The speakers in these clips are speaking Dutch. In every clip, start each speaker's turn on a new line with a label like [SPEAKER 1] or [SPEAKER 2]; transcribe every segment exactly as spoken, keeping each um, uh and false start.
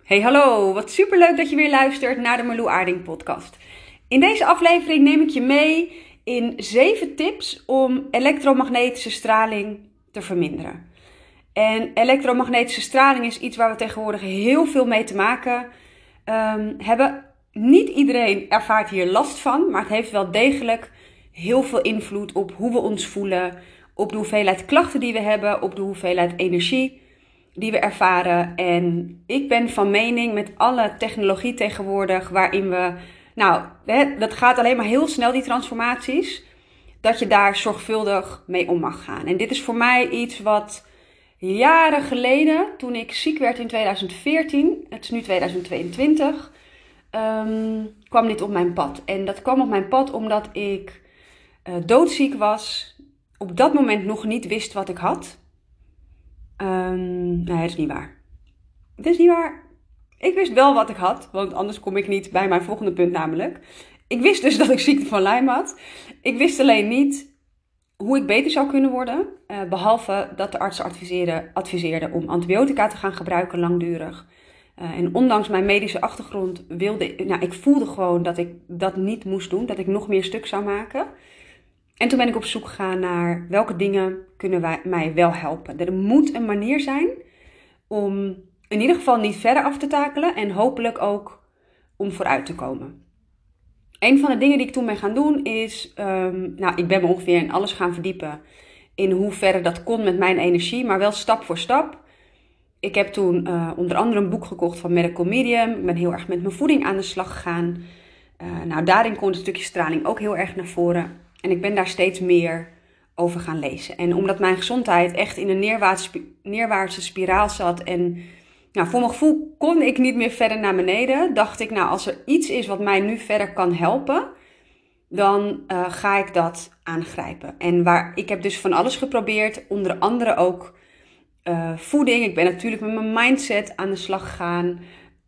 [SPEAKER 1] Hey hallo, wat superleuk dat je weer luistert naar de Marlou Aarding podcast. In deze aflevering neem ik je mee in zeven tips om elektromagnetische straling te verminderen. En elektromagnetische straling is iets waar we tegenwoordig heel veel mee te maken um, hebben. Niet iedereen ervaart hier last van, maar het heeft wel degelijk heel veel invloed op hoe we ons voelen, op de hoeveelheid klachten die we hebben, op de hoeveelheid energie die we ervaren. En ik ben van mening met alle technologie tegenwoordig, waarin we, nou, dat gaat alleen maar heel snel, die transformaties, dat je daar zorgvuldig mee om mag gaan. En dit is voor mij iets wat jaren geleden, toen ik ziek werd in tweeduizend veertien, het is nu tweeduizend tweeëntwintig, um, kwam dit op mijn pad. En dat kwam op mijn pad omdat ik uh, doodziek was, op dat moment nog niet wist wat ik had. Um, nee, dat is niet waar. Het is niet waar. Ik wist wel wat ik had, want anders kom ik niet bij mijn volgende punt namelijk. Ik wist dus dat ik ziekte van Lyme had. Ik wist alleen niet hoe ik beter zou kunnen worden. Uh, behalve dat de artsen adviseerden, adviseerden om antibiotica te gaan gebruiken langdurig. Uh, en ondanks mijn medische achtergrond wilde ik, nou, ik voelde gewoon dat ik dat niet moest doen. Dat ik nog meer stuk zou maken. En toen ben ik op zoek gegaan naar welke dingen kunnen wij, mij wel helpen. Er moet een manier zijn om in ieder geval niet verder af te takelen en hopelijk ook om vooruit te komen. Een van de dingen die ik toen ben gaan doen is, um, nou, ik ben me ongeveer in alles gaan verdiepen in hoe verder dat kon met mijn energie, maar wel stap voor stap. Ik heb toen uh, onder andere een boek gekocht van Medical Medium. Ik ben heel erg met mijn voeding aan de slag gegaan. Uh, nou, daarin komt een stukje straling ook heel erg naar voren. En ik ben daar steeds meer over gaan lezen. En omdat mijn gezondheid echt in een neerwaartse, neerwaartse spiraal zat en nou, voor mijn gevoel kon ik niet meer verder naar beneden, dacht ik, nou, als er iets is wat mij nu verder kan helpen, dan uh, ga ik dat aangrijpen. En waar, ik heb dus van alles geprobeerd, onder andere ook uh, voeding. Ik ben natuurlijk met mijn mindset aan de slag gegaan.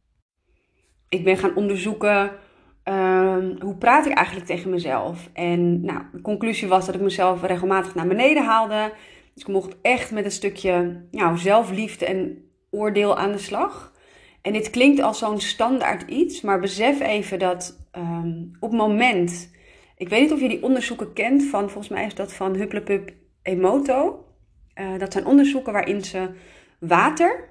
[SPEAKER 1] Ik ben gaan onderzoeken, Uh, hoe praat ik eigenlijk tegen mezelf? En nou, de conclusie was dat ik mezelf regelmatig naar beneden haalde. Dus ik mocht echt met een stukje nou, zelfliefde en oordeel aan de slag. En dit klinkt als zo'n standaard iets, maar besef even dat um, op het moment, ik weet niet of je die onderzoeken kent, van, volgens mij is dat van Hupplepup Emoto. Uh, dat zijn onderzoeken waarin ze water,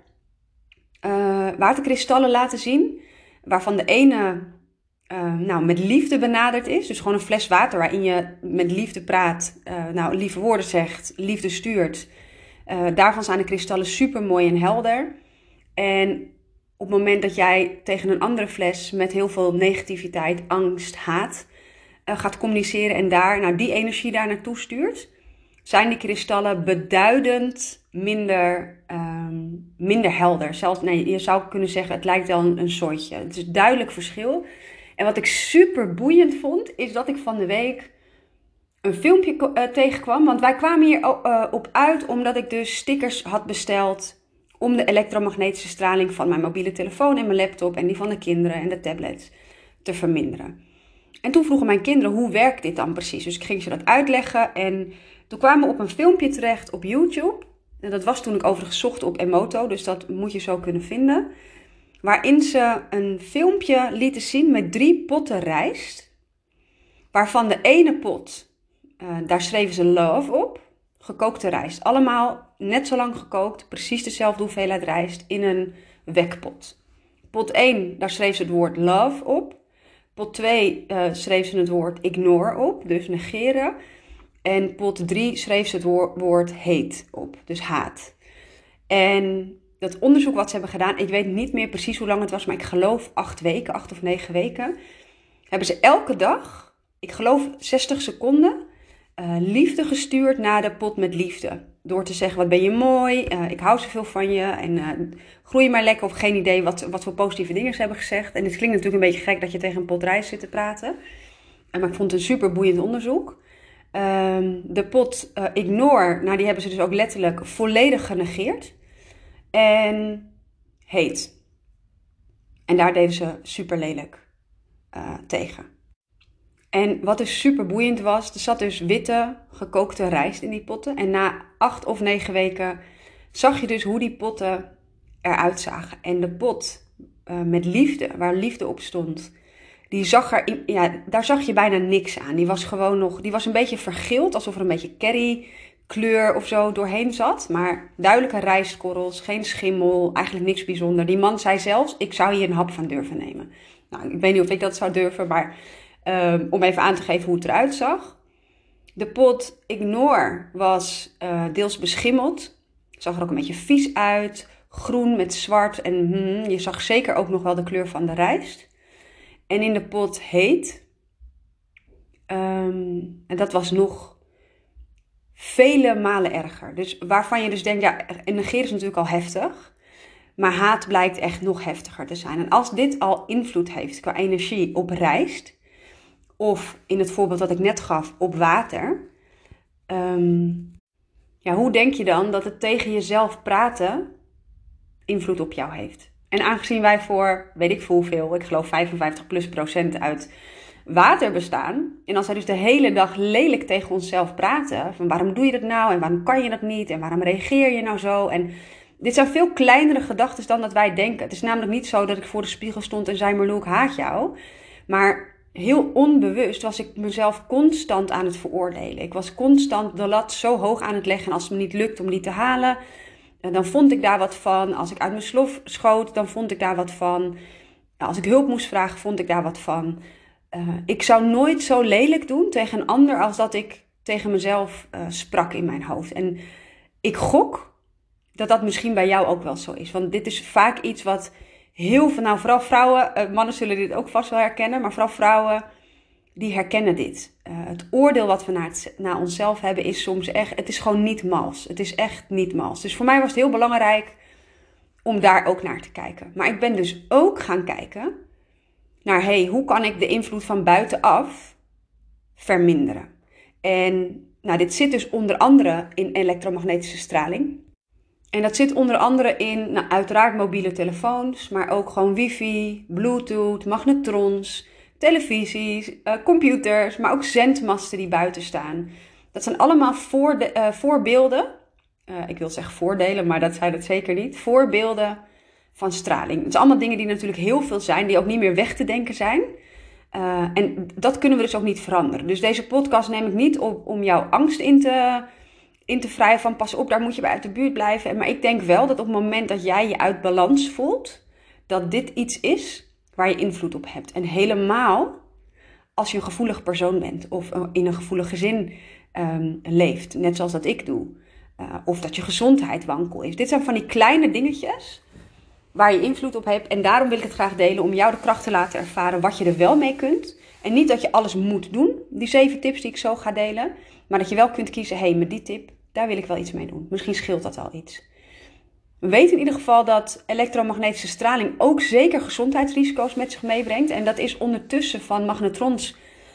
[SPEAKER 1] uh, waterkristallen laten zien, waarvan de ene Uh, nou, met liefde benaderd is. Dus gewoon een fles water waarin je met liefde praat. Uh, nou, lieve woorden zegt. Liefde stuurt. Uh, daarvan zijn de kristallen super mooi en helder. En op het moment dat jij tegen een andere fles met heel veel negativiteit, angst, haat uh, gaat communiceren en daar, nou, die energie daar naartoe stuurt, zijn die kristallen beduidend minder, um, minder helder. Zelfs, nee, je zou kunnen zeggen, het lijkt wel een, een soortje. Het is een duidelijk verschil. En wat ik super boeiend vond, is dat ik van de week een filmpje uh, tegenkwam. Want wij kwamen hier uh, op uit omdat ik dus stickers had besteld om de elektromagnetische straling van mijn mobiele telefoon en mijn laptop en die van de kinderen en de tablets te verminderen. En toen vroegen mijn kinderen, hoe werkt dit dan precies? Dus ik ging ze dat uitleggen en toen kwamen we op een filmpje terecht op YouTube. En dat was toen ik overigens zocht op Emoto, dus dat moet je zo kunnen vinden. Waarin ze een filmpje lieten zien met drie potten rijst. Waarvan de ene pot, uh, daar schreven ze love op. Gekookte rijst. Allemaal net zo lang gekookt. Precies dezelfde hoeveelheid rijst in een wekpot. Pot één, daar schreef ze het woord love op. Pot twee uh, schreef ze het woord ignore op. Dus negeren. En pot drie schreef ze het woord hate op. Dus haat. En dat onderzoek wat ze hebben gedaan, ik weet niet meer precies hoe lang het was, maar ik geloof acht weken, acht of negen weken, hebben ze elke dag, ik geloof zestig seconden, uh, liefde gestuurd naar de pot met liefde. Door te zeggen, wat ben je mooi, uh, ik hou zoveel van je en uh, groei maar lekker, of geen idee wat, wat voor positieve dingen ze hebben gezegd. En het klinkt natuurlijk een beetje gek dat je tegen een pot rijst zit te praten, uh, maar ik vond het een super boeiend onderzoek. Uh, de pot uh, ignore, nou die hebben ze dus ook letterlijk volledig genegeerd. En hate. En daar deden ze super lelijk uh, tegen. En wat dus super boeiend was, er zat dus witte gekookte rijst in die potten. En na acht of negen weken zag je dus hoe die potten eruit zagen. En de pot uh, met liefde, waar liefde op stond, die zag er, ja, daar zag je bijna niks aan. Die was gewoon nog, die was een beetje vergeeld, alsof er een beetje currykleur of zo doorheen zat. Maar duidelijke rijstkorrels, geen schimmel, eigenlijk niks bijzonder. Die man zei zelfs, ik zou hier een hap van durven nemen. Nou, ik weet niet of ik dat zou durven, maar uh, om even aan te geven hoe het eruit zag. De pot Ignore was uh, deels beschimmeld. Zag er ook een beetje vies uit. Groen met zwart en hmm, je zag zeker ook nog wel de kleur van de rijst. En in de pot Heet. Um, en dat was nog vele malen erger. Dus waarvan je dus denkt, ja, negeren is natuurlijk al heftig. Maar haat blijkt echt nog heftiger te zijn. En als dit al invloed heeft qua energie op rijst, of in het voorbeeld dat ik net gaf, op water. Um, ja, hoe denk je dan dat het tegen jezelf praten invloed op jou heeft? En aangezien wij voor, weet ik veel hoeveel, ik geloof vijfenvijftig plus procent uit water bestaan. En als wij dus de hele dag lelijk tegen onszelf praten. Van waarom doe je dat nou? En waarom kan je dat niet? En waarom reageer je nou zo? En dit zijn veel kleinere gedachten dan dat wij denken. Het is namelijk niet zo dat ik voor de spiegel stond en zei, Marlou, ik haat jou. Maar heel onbewust was ik mezelf constant aan het veroordelen. Ik was constant de lat zo hoog aan het leggen. En als het me niet lukt om die te halen, dan vond ik daar wat van. Als ik uit mijn slof schoot, dan vond ik daar wat van. Als ik hulp moest vragen, vond ik daar wat van. Uh, ik zou nooit zo lelijk doen tegen een ander als dat ik tegen mezelf uh, sprak in mijn hoofd. En ik gok dat dat misschien bij jou ook wel zo is. Want dit is vaak iets wat heel veel, nou vooral vrouwen, uh, mannen zullen dit ook vast wel herkennen, maar vooral vrouwen, die herkennen dit. Uh, het oordeel wat we naar, het, naar onszelf hebben is soms echt, het is gewoon niet mals. Het is echt niet mals. Dus voor mij was het heel belangrijk om daar ook naar te kijken. Maar ik ben dus ook gaan kijken naar, hey, hoe kan ik de invloed van buitenaf verminderen? En nou, dit zit dus onder andere in elektromagnetische straling. En dat zit onder andere in, nou, uiteraard mobiele telefoons, maar ook gewoon wifi, bluetooth, magnetrons, televisies, uh, computers, maar ook zendmasten die buiten staan. Dat zijn allemaal voorde- uh, voorbeelden, uh, ik wil zeggen voordelen, maar dat zijn het zeker niet, voorbeelden van straling. Het zijn allemaal dingen die natuurlijk heel veel zijn, die ook niet meer weg te denken zijn. Uh, en dat kunnen we dus ook niet veranderen. Dus deze podcast neem ik niet op om jouw angst in te... in te vrijen van pas op, daar moet je bij uit de buurt blijven. Maar ik denk wel dat op het moment dat jij je uit balans voelt, dat dit iets is waar je invloed op hebt. En helemaal als je een gevoelig persoon bent of in een gevoelig gezin um, leeft, net zoals dat ik doe. Uh, of dat je gezondheid wankel is. Dit zijn van die kleine dingetjes waar je invloed op hebt. En daarom wil ik het graag delen om jou de kracht te laten ervaren wat je er wel mee kunt. En niet dat je alles moet doen, die zeven tips die ik zo ga delen. Maar dat je wel kunt kiezen, hé, hey, met die tip, daar wil ik wel iets mee doen. Misschien scheelt dat al iets. We weten in ieder geval dat elektromagnetische straling ook zeker gezondheidsrisico's met zich meebrengt. En dat is ondertussen van magnetrons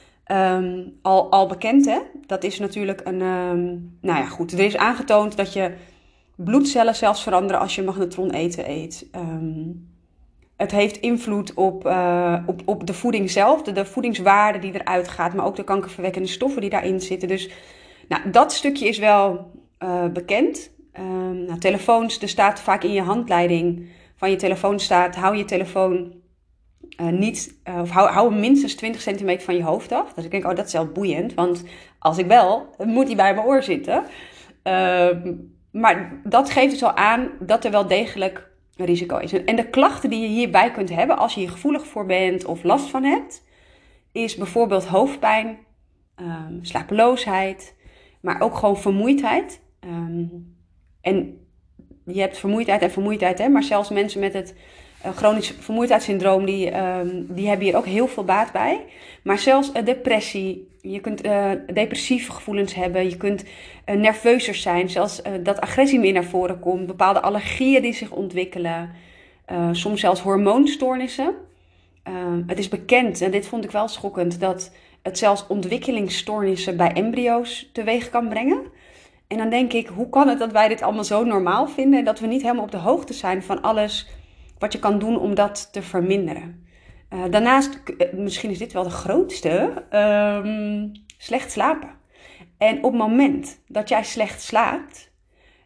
[SPEAKER 1] um, al, al bekend. Hè? Dat is natuurlijk een... Um, nou ja, goed. Er is aangetoond dat je bloedcellen zelfs veranderen als je magnetron eten eet. Um, het heeft invloed op, uh, op, op de voeding zelf. De, de voedingswaarde die eruit gaat. Maar ook de kankerverwekkende stoffen die daarin zitten. Dus nou, dat stukje is wel uh, bekend. Um, nou, telefoons, er staat vaak in je handleiding van je telefoon staat, hou je telefoon uh, niet, uh, of hou, hou hem minstens twintig centimeter van je hoofd af. Dus ik denk, oh, dat is wel boeiend, want als ik wel, moet hij bij mijn oor zitten. Uh, maar dat geeft dus al aan dat er wel degelijk een risico is. En de klachten die je hierbij kunt hebben, als je hier gevoelig voor bent of last van hebt, is bijvoorbeeld hoofdpijn, um, slapeloosheid, maar ook gewoon vermoeidheid. Um, en je hebt vermoeidheid en vermoeidheid, hè? Maar zelfs mensen met het uh, chronisch vermoeidheidssyndroom, die, um, die hebben hier ook heel veel baat bij. Maar zelfs uh, depressie, je kunt uh, depressieve gevoelens hebben, je kunt uh, nerveuzer zijn, zelfs uh, dat agressie meer naar voren komt, bepaalde allergieën die zich ontwikkelen, uh, soms zelfs hormoonstoornissen. Uh, het is bekend, en dit vond ik wel schokkend, dat het zelfs ontwikkelingsstoornissen bij embryo's teweeg kan brengen. En dan denk ik, hoe kan het dat wij dit allemaal zo normaal vinden en dat we niet helemaal op de hoogte zijn van alles wat je kan doen om dat te verminderen. Uh, daarnaast, misschien is dit wel de grootste, um, slecht slapen. En op het moment dat jij slecht slaapt,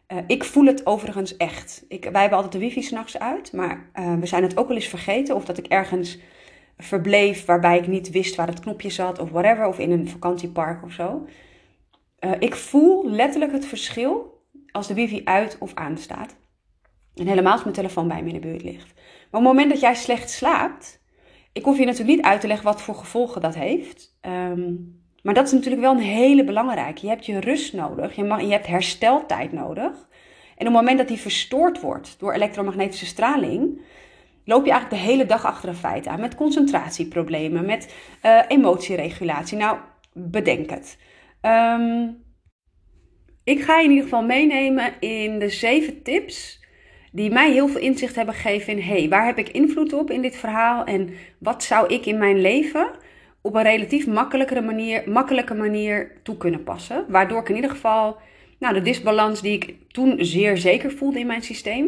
[SPEAKER 1] Uh, ik voel het overigens echt. Ik, wij hebben altijd de wifi 's nachts uit, maar uh, we zijn het ook wel eens vergeten. Of dat ik ergens verbleef waarbij ik niet wist waar het knopje zat of whatever. Of in een vakantiepark of zo. Uh, ik voel letterlijk het verschil als de wifi uit of aan staat. En helemaal als mijn telefoon bij me in de buurt ligt. Maar op het moment dat jij slecht slaapt, ik hoef je natuurlijk niet uit te leggen wat voor gevolgen dat heeft. Um, maar dat is natuurlijk wel een hele belangrijke. Je hebt je rust nodig, je, mag, je hebt hersteltijd nodig. En op het moment dat die verstoord wordt door elektromagnetische straling, loop je eigenlijk de hele dag achter een feit aan. Met concentratieproblemen, met uh, emotieregulatie. Nou, bedenk het. Um, ik ga je in ieder geval meenemen in de zeven tips die mij heel veel inzicht hebben gegeven in, hey, waar heb ik invloed op in dit verhaal en wat zou ik in mijn leven op een relatief makkelijkere manier, makkelijke manier toe kunnen passen. Waardoor ik in ieder geval nou, de disbalans die ik toen zeer zeker voelde in mijn systeem,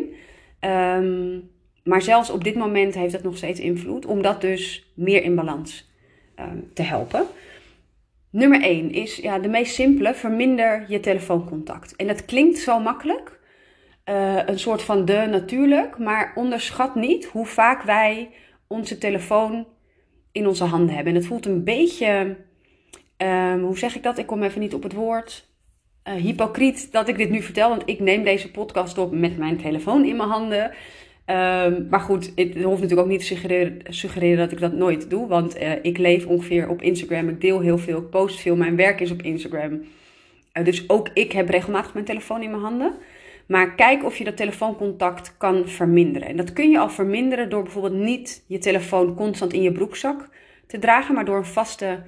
[SPEAKER 1] um, maar zelfs op dit moment heeft dat nog steeds invloed, om dat dus meer in balans um, te helpen. Nummer één is ja, de meest simpele, verminder je telefooncontact. En dat klinkt zo makkelijk. Uh, een soort van de natuurlijk, maar onderschat niet hoe vaak wij onze telefoon in onze handen hebben. En het voelt een beetje, um, hoe zeg ik dat? Ik kom even niet op het woord. Uh, hypocriet dat ik dit nu vertel, want ik neem deze podcast op met mijn telefoon in mijn handen. Um, maar goed, het hoeft natuurlijk ook niet te suggereren, suggereren dat ik dat nooit doe, want uh, ik leef ongeveer op Instagram. Ik deel heel veel, ik post veel, mijn werk is op Instagram. Uh, dus ook ik heb regelmatig mijn telefoon in mijn handen. Maar kijk of je dat telefooncontact kan verminderen. En dat kun je al verminderen door bijvoorbeeld niet je telefoon constant in je broekzak te dragen, maar door een vaste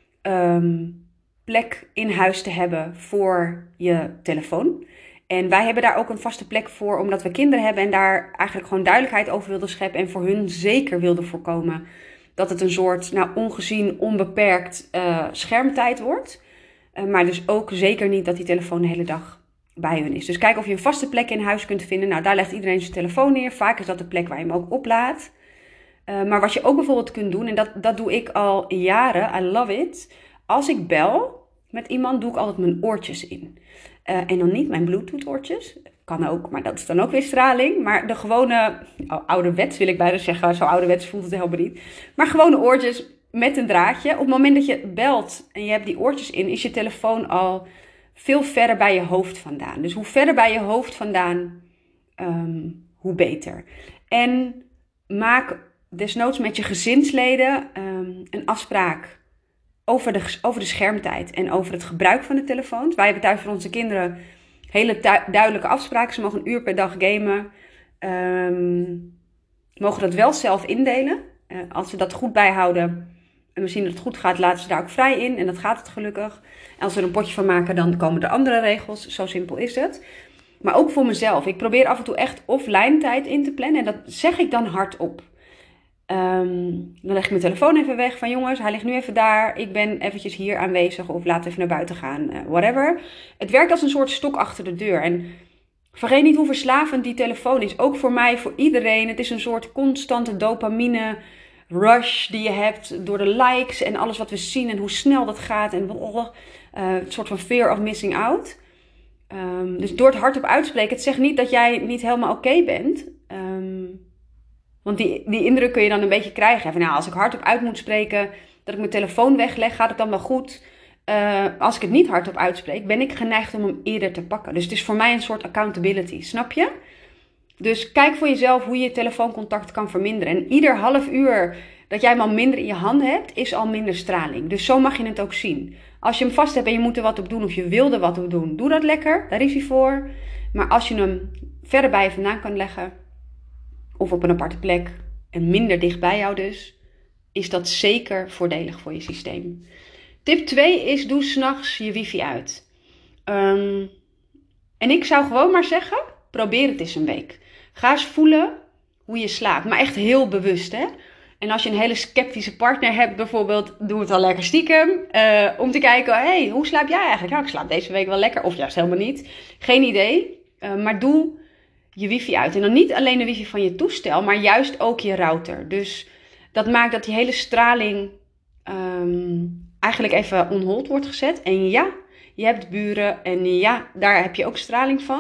[SPEAKER 1] um, plek in huis te hebben voor je telefoon. En wij hebben daar ook een vaste plek voor, omdat we kinderen hebben en daar eigenlijk gewoon duidelijkheid over wilden scheppen en voor hun zeker wilden voorkomen dat het een soort nou, ongezien, onbeperkt uh, schermtijd wordt. Uh, maar dus ook zeker niet dat die telefoon de hele dag bij hun is. Dus kijk of je een vaste plek in huis kunt vinden. Nou, daar legt iedereen zijn telefoon neer. Vaak is dat de plek waar je hem ook oplaadt. Uh, maar wat je ook bijvoorbeeld kunt doen, en dat, dat doe ik al jaren, I love it. Als ik bel met iemand, doe ik altijd mijn oortjes in. Uh, en dan niet mijn Bluetooth oortjes. Kan ook, maar dat is dan ook weer straling. Maar de gewone, oh, ouderwets wil ik bijna zeggen, zo ouderwets voelt het helemaal niet. Maar gewone oortjes met een draadje. Op het moment dat je belt en je hebt die oortjes in, is je telefoon al veel verder bij je hoofd vandaan. Dus hoe verder bij je hoofd vandaan, um, hoe beter. En maak desnoods met je gezinsleden um, een afspraak over de, over de schermtijd en over het gebruik van de telefoons. Wij hebben thuis voor onze kinderen hele tu- duidelijke afspraken. Ze mogen een uur per dag gamen. Um, mogen dat wel zelf indelen. Uh, als ze dat goed bijhouden en we zien dat het goed gaat, laten ze daar ook vrij in. En dat gaat het gelukkig. En als we er een potje van maken, dan komen er andere regels. Zo simpel is het. Maar ook voor mezelf. Ik probeer af en toe echt offline tijd in te plannen. En dat zeg ik dan hardop. Um, dan leg ik mijn telefoon even weg. Van jongens, hij ligt nu even daar. Ik ben eventjes hier aanwezig. Of laat even naar buiten gaan. Uh, whatever. Het werkt als een soort stok achter de deur. En vergeet niet hoe verslavend die telefoon is. Ook voor mij, voor iedereen. Het is een soort constante dopamine rush die je hebt door de likes en alles wat we zien en hoe snel dat gaat. En oh, uh, een soort van fear of missing out. Um, dus door het hardop uitspreken, het zegt niet dat jij niet helemaal oké okay bent. Um, want die, die indruk kun je dan een beetje krijgen. Van, nou, als ik hardop uit moet spreken, dat ik mijn telefoon wegleg, gaat het dan wel goed? Uh, als ik het niet hardop uitspreek, ben ik geneigd om hem eerder te pakken. Dus het is voor mij een soort accountability, snap je? Dus kijk voor jezelf hoe je je telefooncontact kan verminderen. En ieder half uur dat jij hem al minder in je handen hebt, is al minder straling. Dus zo mag je het ook zien. Als je hem vast hebt en je moet er wat op doen of je wil er wat op doen, doe dat lekker. Daar is hij voor. Maar als je hem verder bij je vandaan kan leggen, of op een aparte plek en minder dicht bij jou dus, is dat zeker voordelig voor je systeem. Tip twee is, doe 's nachts je wifi uit. Um, en ik zou gewoon maar zeggen, probeer het eens een week. Ga eens voelen hoe je slaapt. Maar echt heel bewust, hè. En als je een hele sceptische partner hebt bijvoorbeeld, doe het al lekker stiekem. Uh, om te kijken, hé, hey, hoe slaap jij eigenlijk? Nou, ik slaap deze week wel lekker. Of juist helemaal niet. Geen idee. Uh, maar doe je wifi uit. En dan niet alleen de wifi van je toestel, maar juist ook je router. Dus dat maakt dat die hele straling um, eigenlijk even on hold wordt gezet. En ja, je hebt buren en ja, daar heb je ook straling van.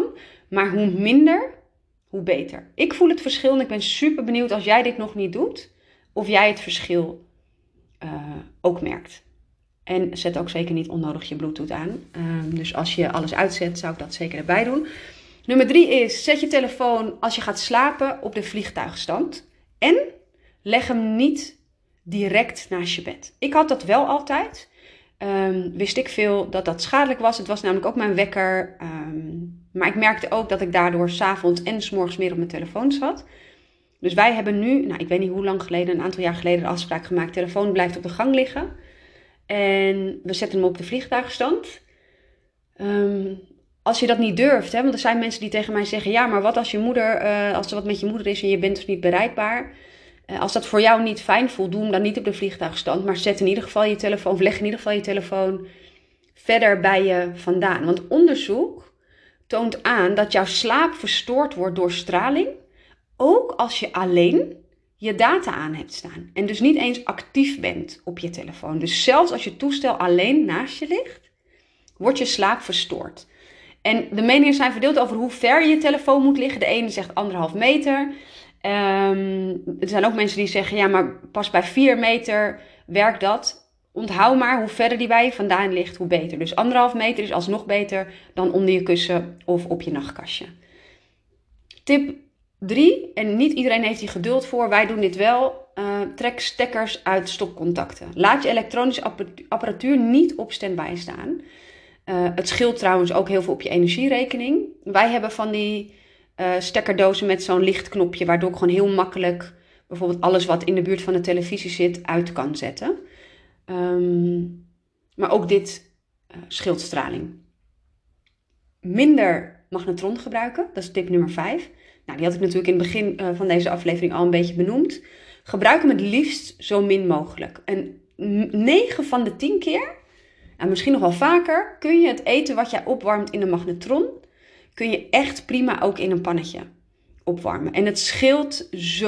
[SPEAKER 1] Maar hoe minder, hoe beter. Ik voel het verschil en ik ben super benieuwd als jij dit nog niet doet, of jij het verschil uh, ook merkt. En zet ook zeker niet onnodig je Bluetooth aan. Um, dus als je alles uitzet, zou ik dat zeker erbij doen. Nummer drie is, zet je telefoon als je gaat slapen op de vliegtuigstand. En leg hem niet direct naast je bed. Ik had dat wel altijd. Um, wist ik veel dat dat schadelijk was. Het was namelijk ook mijn wekker. Um, maar ik merkte ook dat ik daardoor 's avonds en 's morgens meer op mijn telefoon zat. Dus wij hebben nu, nou ik weet niet hoe lang geleden, een aantal jaar geleden de afspraak gemaakt. Telefoon blijft op de gang liggen. En we zetten hem op de vliegtuigstand. Um, als je dat niet durft, hè, want er zijn mensen die tegen mij zeggen, ja, maar wat als je moeder, uh, als er wat met je moeder is en je bent dus niet bereikbaar. Uh, als dat voor jou niet fijn voelt, doe hem dan niet op de vliegtuigstand. Maar zet in ieder geval je telefoon, of leg in ieder geval je telefoon verder bij je vandaan. Want onderzoek toont aan dat jouw slaap verstoord wordt door straling. Ook als je alleen je data aan hebt staan. En dus niet eens actief bent op je telefoon. Dus zelfs als je toestel alleen naast je ligt, wordt je slaap verstoord. En de meningen zijn verdeeld over hoe ver je telefoon moet liggen. De ene zegt anderhalf meter. Um, er zijn ook mensen die zeggen, ja, maar pas bij vier meter werkt dat. Onthoud maar, hoe verder die bij je vandaan ligt, hoe beter. Dus anderhalf meter is alsnog beter dan onder je kussen of op je nachtkastje. Tip drie, en niet iedereen heeft hier geduld voor, wij doen dit wel. Uh, trek stekkers uit stopcontacten. Laat je elektronische apparatuur niet op standby staan. Uh, het scheelt trouwens ook heel veel op je energierekening. Wij hebben van die uh, stekkerdozen met zo'n lichtknopje, waardoor ik gewoon heel makkelijk bijvoorbeeld alles wat in de buurt van de televisie zit uit kan zetten. Um, maar ook dit uh, scheelt straling. Minder magnetron gebruiken, dat is tip nummer vijf. Nou, die had ik natuurlijk in het begin uh, van deze aflevering al een beetje benoemd. Gebruik hem het liefst zo min mogelijk. En negen van de tien keer, en misschien nog wel vaker, kun je het eten wat jij opwarmt in de magnetron, kun je echt prima ook in een pannetje opwarmen. En het scheelt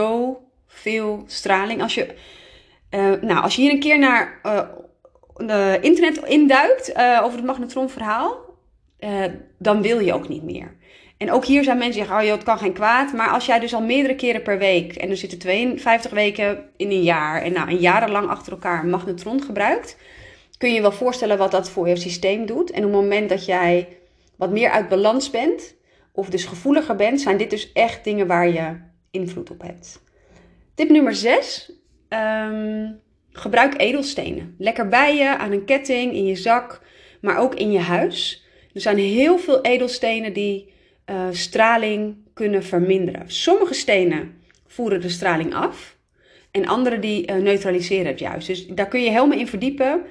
[SPEAKER 1] zoveel straling. Als je, uh, nou, als je hier een keer naar uh, de internet induikt uh, over het magnetronverhaal, uh, dan wil je ook niet meer. En ook hier zijn mensen die zeggen, oh joh, het kan geen kwaad. Maar als jij dus al meerdere keren per week, en er zitten tweeënvijftig weken in een jaar, en nou, een jarenlang achter elkaar een magnetron gebruikt, kun je je wel voorstellen wat dat voor je systeem doet. En op het moment dat jij wat meer uit balans bent, of dus gevoeliger bent, zijn dit dus echt dingen waar je invloed op hebt. Tip nummer zes. Um, gebruik edelstenen. Lekker bij je, aan een ketting, in je zak, maar ook in je huis. Er zijn heel veel edelstenen die uh, straling kunnen verminderen. Sommige stenen voeren de straling af. En andere die uh, neutraliseren het juist. Dus daar kun je helemaal in verdiepen.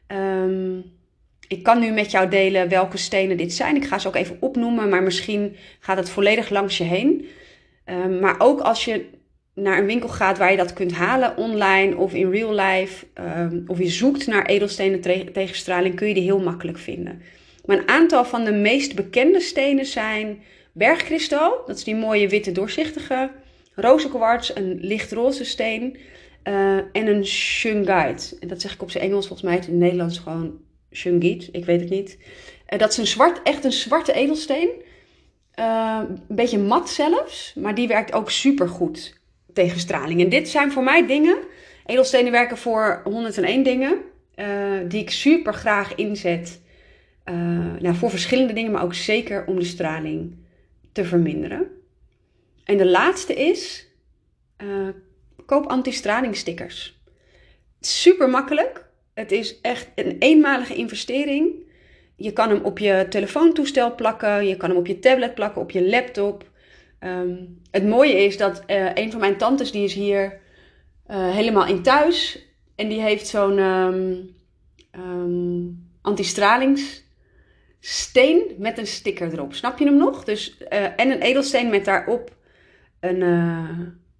[SPEAKER 1] Um, ik kan nu met jou delen welke stenen dit zijn. Ik ga ze ook even opnoemen, maar misschien gaat het volledig langs je heen. Um, maar ook als je naar een winkel gaat waar je dat kunt halen, online of in real life, um, of je zoekt naar edelstenen tre- tegen straling, kun je die heel makkelijk vinden. Maar een aantal van de meest bekende stenen zijn bergkristal, dat is die mooie witte doorzichtige, rozenkwarts, een lichtroze steen, uh, en een shungite. En dat zeg ik op zijn Engels, volgens mij het in het Nederlands gewoon shungite, ik weet het niet. Uh, dat is een zwart, echt een zwarte edelsteen, uh, een beetje mat zelfs, maar die werkt ook super goed tegen straling. En dit zijn voor mij dingen, edelstenen werken voor honderdéén dingen, uh, die ik super graag inzet. Uh, nou, voor verschillende dingen, maar ook zeker om de straling te verminderen. En de laatste is, uh, koop anti-stralingstickers. Het is super makkelijk. Het is echt een eenmalige investering. Je kan hem op je telefoontoestel plakken, je kan hem op je tablet plakken, op je laptop. Um, het mooie is dat uh, een van mijn tantes, die is hier uh, helemaal in thuis. En die heeft zo'n um, um, anti-stralings steen met een sticker erop. Snap je hem nog? Dus, uh, en een edelsteen met daarop een, uh,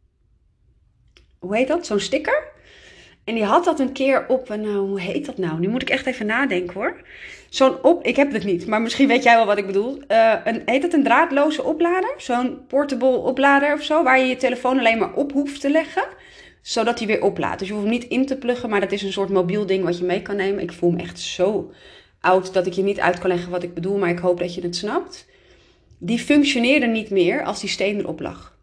[SPEAKER 1] hoe heet dat? Zo'n sticker. En die had dat een keer op een, uh, hoe heet dat nou? Nu moet ik echt even nadenken hoor. Zo'n op, ik heb het niet, maar misschien weet jij wel wat ik bedoel. Uh, een, heet het een draadloze oplader? Zo'n portable oplader of zo, waar je je telefoon alleen maar op hoeft te leggen, zodat hij weer oplaadt. Dus je hoeft hem niet in te pluggen, maar dat is een soort mobiel ding wat je mee kan nemen. Ik voel me echt zo oud dat ik je niet uit kan leggen wat ik bedoel, maar ik hoop dat je het snapt. die functioneerde niet meer als die steen erop lag.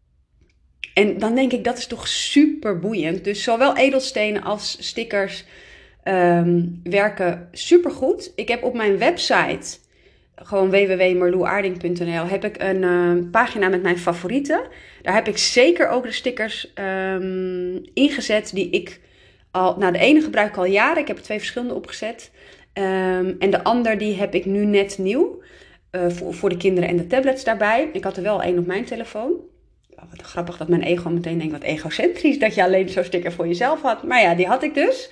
[SPEAKER 1] En dan denk ik, dat is toch super boeiend. Dus zowel edelstenen als stickers um, werken super goed. Ik heb op mijn website, gewoon w w w punt marloeaarding punt n l, heb ik een uh, pagina met mijn favorieten. Daar heb ik zeker ook de stickers um, ingezet die ik al... Nou, de ene gebruik ik al jaren. Ik heb er twee verschillende opgezet. Um, en de ander die heb ik nu net nieuw. Uh, voor, voor de kinderen en de tablets daarbij. Ik had er wel één op mijn telefoon. Oh, wat grappig dat mijn ego meteen denkt, wat egocentrisch dat je alleen zo'n sticker voor jezelf had. Maar ja, die had ik dus.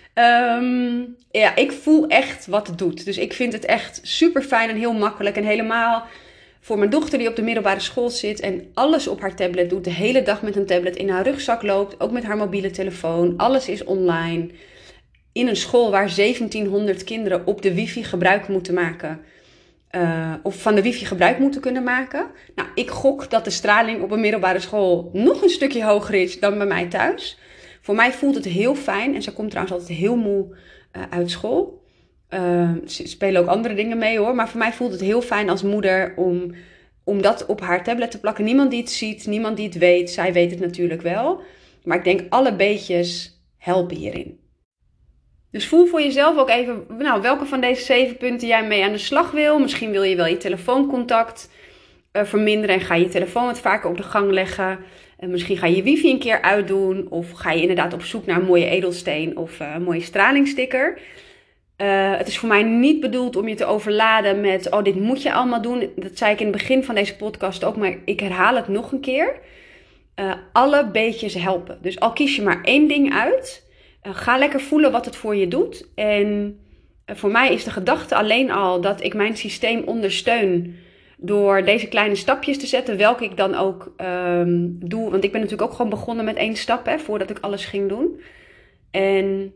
[SPEAKER 1] Um, ja, ik voel echt wat het doet. Dus ik vind het echt super fijn en heel makkelijk. En helemaal voor mijn dochter die op de middelbare school zit en alles op haar tablet doet. De hele dag met een tablet in haar rugzak loopt. Ook met haar mobiele telefoon. Alles is online. In een school waar zeventienhonderd kinderen op de wifi gebruik moeten maken. Uh, of van de wifi gebruik moeten kunnen maken. Nou, ik gok dat de straling op een middelbare school nog een stukje hoger is dan bij mij thuis. Voor mij voelt het heel fijn. En ze komt trouwens altijd heel moe uh, uit school. Uh, ze spelen ook andere dingen mee hoor. Maar voor mij voelt het heel fijn als moeder om, om dat op haar tablet te plakken. Niemand die het ziet, niemand die het weet. Zij weet het natuurlijk wel. Maar ik denk alle beetjes helpen hierin. Dus voel voor jezelf ook even, nou, welke van deze zeven punten jij mee aan de slag wil. Misschien wil je wel je telefooncontact uh, verminderen en ga je je telefoon wat vaker op de gang leggen. Uh, misschien ga je je wifi een keer uitdoen. Of ga je inderdaad op zoek naar een mooie edelsteen of uh, een mooie stralingssticker. Uh, het is voor mij niet bedoeld om je te overladen met, oh, dit moet je allemaal doen. Dat zei ik in het begin van deze podcast ook, maar ik herhaal het nog een keer. Uh, alle beetjes helpen. Dus al kies je maar één ding uit, uh, ga lekker voelen wat het voor je doet. En uh, voor mij is de gedachte alleen al dat ik mijn systeem ondersteun door deze kleine stapjes te zetten, welke ik dan ook um, doe. Want ik ben natuurlijk ook gewoon begonnen met één stap, hè, voordat ik alles ging doen. En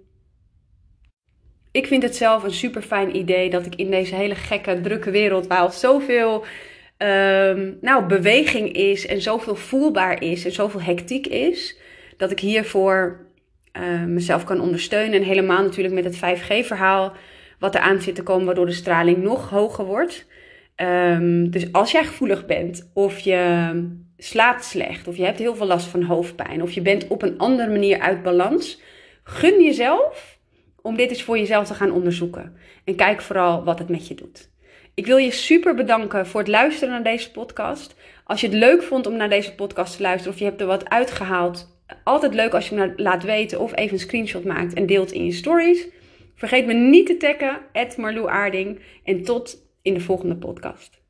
[SPEAKER 1] ik vind het zelf een super fijn idee dat ik in deze hele gekke, drukke wereld, waar al zoveel um, nou, beweging is en zoveel voelbaar is en zoveel hectiek is, dat ik hiervoor uh, mezelf kan ondersteunen. En helemaal natuurlijk met het vijf G verhaal wat eraan zit te komen, waardoor de straling nog hoger wordt. Um, dus als jij gevoelig bent, of je slaapt slecht, of je hebt heel veel last van hoofdpijn, of je bent op een andere manier uit balans, gun jezelf om dit eens voor jezelf te gaan onderzoeken. En kijk vooral wat het met je doet. Ik wil je super bedanken voor het luisteren naar deze podcast. Als je het leuk vond om naar deze podcast te luisteren, of je hebt er wat uitgehaald, altijd leuk als je me laat weten of even een screenshot maakt en deelt in je stories. Vergeet me niet te taggen, at marloeaarding. En tot in de volgende podcast.